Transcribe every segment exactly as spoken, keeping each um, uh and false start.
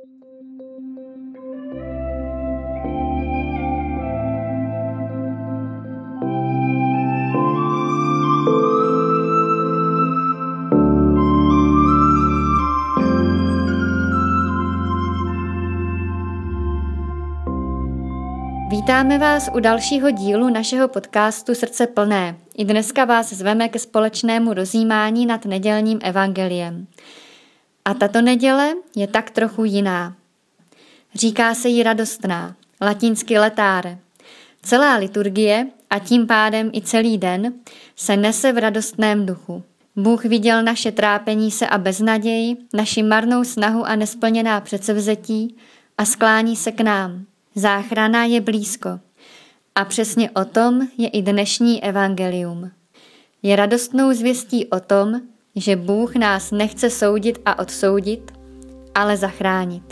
Vítáme vás u dalšího dílu našeho podcastu Srdce plné. I dneska vás zveme ke společnému rozjímání nad nedělním evangeliem. A tato neděle je tak trochu jiná. Říká se jí radostná, latinsky letare. Celá liturgie a tím pádem i celý den se nese v radostném duchu. Bůh viděl naše trápení se a beznaději, naši marnou snahu a nesplněná předsevzetí a sklání se k nám. Záchrana je blízko. A přesně o tom je i dnešní evangelium. Je radostnou zvěstí o tom, že Bůh nás nechce soudit a odsoudit, ale zachránit.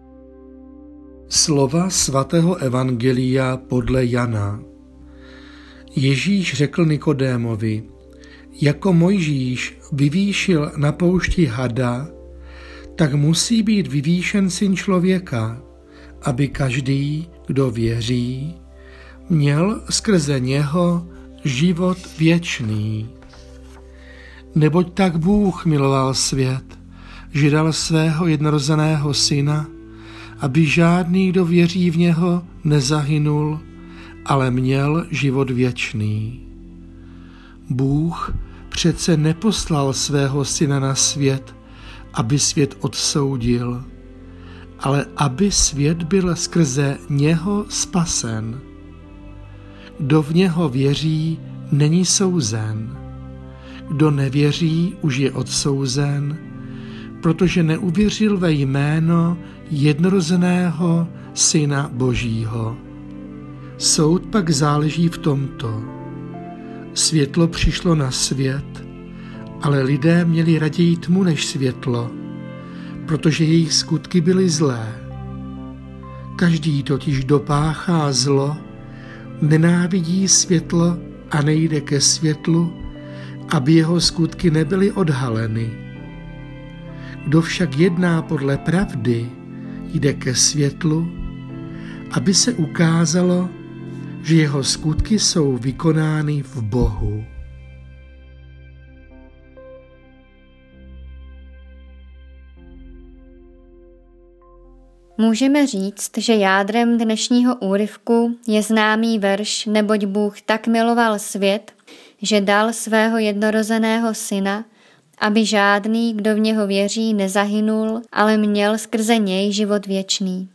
Slova svatého evangelia podle Jana. Ježíš řekl Nikodémovi, jako Mojžíš vyvýšil na poušti hada, tak musí být vyvýšen Syn člověka, aby každý, kdo věří, měl skrze něho život věčný. Neboť tak Bůh miloval svět, že dal svého jednorozeného syna, aby žádný, kdo věří v něho, nezahynul, ale měl život věčný. Bůh přece neposlal svého syna na svět, aby svět odsoudil, ale aby svět byl skrze něho spasen. Kdo v něho věří, není souzen. Kdo nevěří, už je odsouzen, protože neuvěřil ve jméno jednorozeného Syna Božího. Soud pak záleží v tomto. Světlo přišlo na svět, ale lidé měli raději tmu než světlo, protože jejich skutky byly zlé. Každý totiž dopáchá zlo, nenávidí světlo a nejde ke světlu, aby jeho skutky nebyly odhaleny. Kdo však jedná podle pravdy, jde ke světlu, aby se ukázalo, že jeho skutky jsou vykonány v Bohu. Můžeme říct, že jádrem dnešního úryvku je známý verš Neboť Bůh tak miloval svět, že dal svého jednorozeného syna, aby žádný, kdo v něho věří, nezahynul, ale měl skrze něj život věčný.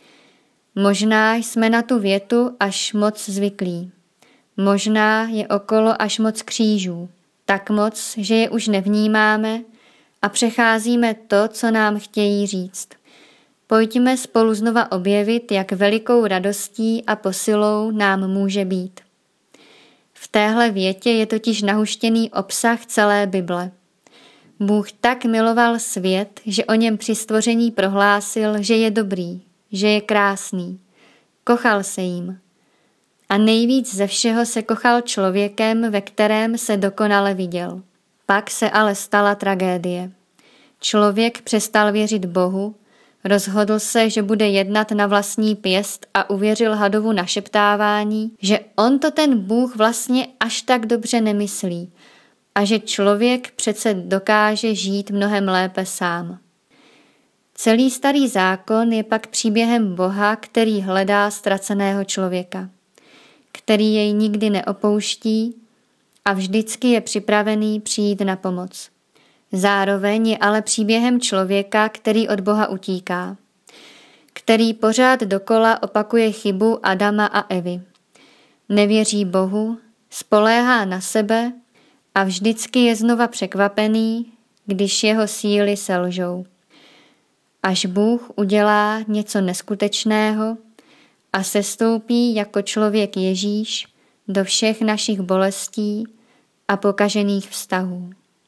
Možná jsme na tu větu až moc zvyklí. Možná je okolo až moc křížů. Tak moc, že je už nevnímáme a přecházíme to, co nám chtějí říct. Pojďme spolu znova objevit, jak velikou radostí a posilou nám může být. V téhle větě je totiž nahuštěný obsah celé Bible. Bůh tak miloval svět, že o něm při stvoření prohlásil, že je dobrý, že je krásný. Kochal se jím. A nejvíc ze všeho se kochal člověkem, ve kterém se dokonale viděl. Pak se ale stala tragédie. Člověk přestal věřit Bohu, rozhodl se, že bude jednat na vlastní pěst a uvěřil hadovu našeptávání, že on to ten Bůh vlastně až tak dobře nemyslí a že člověk přece dokáže žít mnohem lépe sám. Celý starý zákon je pak příběhem Boha, který hledá ztraceného člověka, který jej nikdy neopouští a vždycky je připravený přijít na pomoc. Zároveň je ale příběhem člověka, který od Boha utíká, který pořád dokola opakuje chybu Adama a Evy. Nevěří Bohu, spoléhá na sebe a vždycky je znova překvapený, když jeho síly selžou. Až Bůh udělá něco neskutečného a sestoupí jako člověk Ježíš do všech našich bolestí a pokažených vztahů.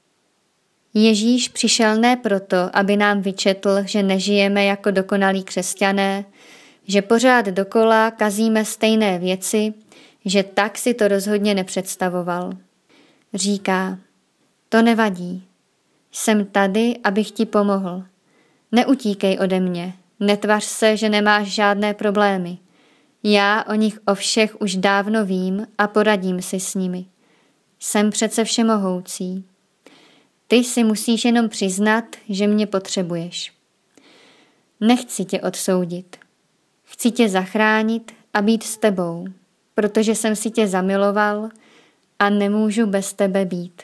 Ježíš přišel ne proto, aby nám vyčetl, že nežijeme jako dokonalí křesťané, že pořád dokola kazíme stejné věci, že tak si to rozhodně nepředstavoval. Říká, to nevadí, jsem tady, abych ti pomohl. Neutíkej ode mě, netvař se, že nemáš žádné problémy. Já o nich o všech už dávno vím a poradím si s nimi. Jsem přece všemohoucí. Ty si musíš jenom přiznat, že mě potřebuješ. Nechci tě odsoudit. Chci tě zachránit a být s tebou, protože jsem si tě zamiloval a nemůžu bez tebe být.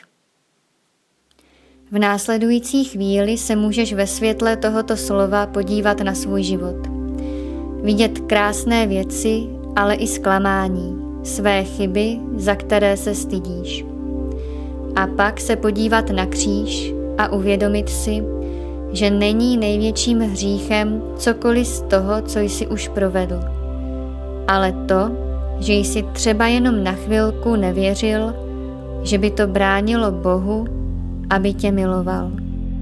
V následující chvíli se můžeš ve světle tohoto slova podívat na svůj život. Vidět krásné věci, ale i zklamání, své chyby, za které se stydíš. A pak se podívat na kříž a uvědomit si, že není největším hříchem cokoliv z toho, co jsi už provedl, ale to, že jsi třeba jenom na chvilku nevěřil, že by to bránilo Bohu, aby tě miloval.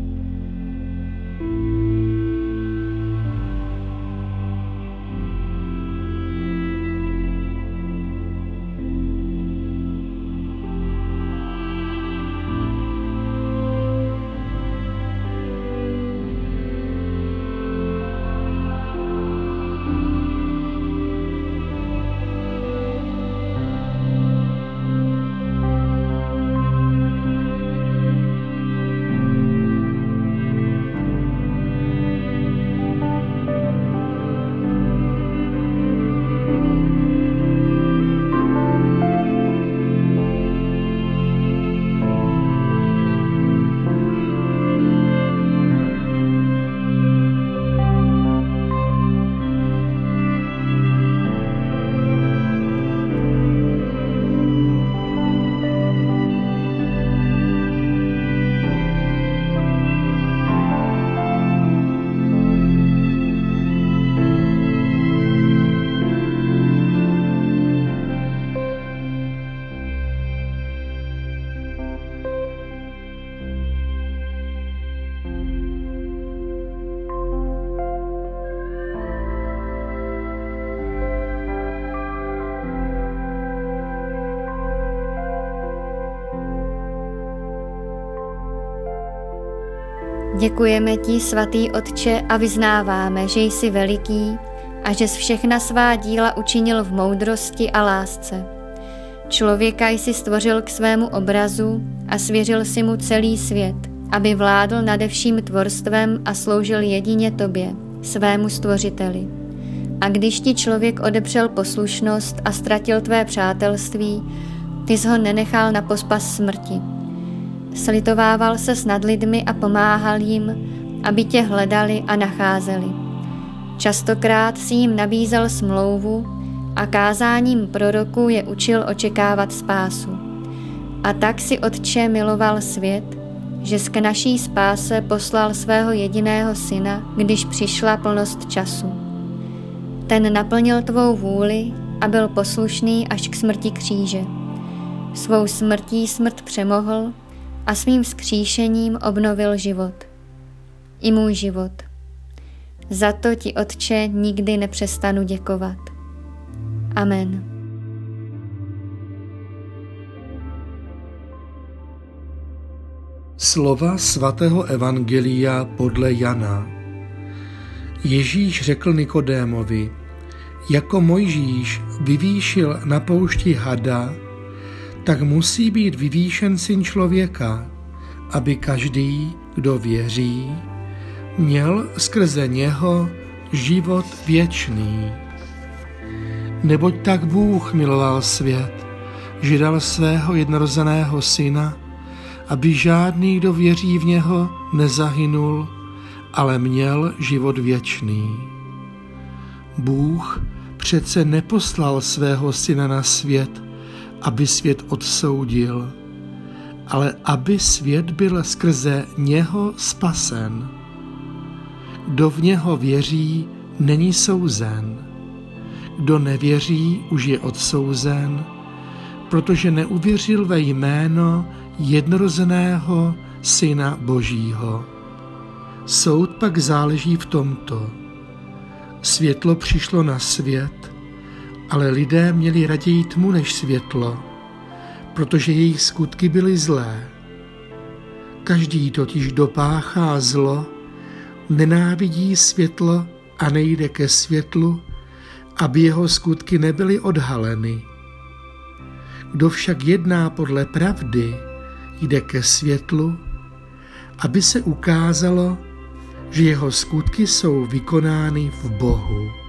Děkujeme ti, svatý Otče, a vyznáváme, že jsi veliký a že jsi všechna svá díla učinil v moudrosti a lásce. Člověka jsi stvořil k svému obrazu a svěřil si mu celý svět, aby vládl nade vším tvorstvem a sloužil jedině tobě, svému stvořiteli. A když ti člověk odepřel poslušnost a ztratil tvé přátelství, ty jsi ho nenechal na pospas smrti. Slitovával se nad lidmi a pomáhal jim, aby tě hledali a nacházeli. Častokrát si jim nabízel smlouvu a kázáním proroků je učil očekávat spásu. A tak si, Otče, miloval svět, že k naší spáse poslal svého jediného syna, když přišla plnost času. Ten naplnil tvou vůli a byl poslušný až k smrti kříže. Svou smrtí smrt přemohl a svým vzkříšením obnovil život. I můj život. Za to ti, Otče, nikdy nepřestanu děkovat. Amen. Slova svatého evangelia podle Jana. Ježíš řekl Nikodémovi, jako Mojžíš vyvýšil na poušti hada, tak musí být vyvýšen Syn člověka, aby každý, kdo věří, měl skrze něho život věčný. Neboť tak Bůh miloval svět, že dal svého jednorozeného syna, aby žádný, kdo věří v něho, nezahynul, ale měl život věčný. Bůh přece neposlal svého syna na svět, aby svět odsoudil, ale aby svět byl skrze něho spasen. Kdo v něho věří, není souzen. Kdo nevěří, už je odsouzen, protože neuvěřil ve jméno jednorozeného Syna Božího. Soud pak záleží v tomto. Světlo přišlo na svět, ale lidé měli raději tmu než světlo, protože jejich skutky byly zlé. Každý totiž dopáchá zlo, nenávidí světlo a nejde ke světlu, aby jeho skutky nebyly odhaleny. Kdo však jedná podle pravdy, jde ke světlu, aby se ukázalo, že jeho skutky jsou vykonány v Bohu.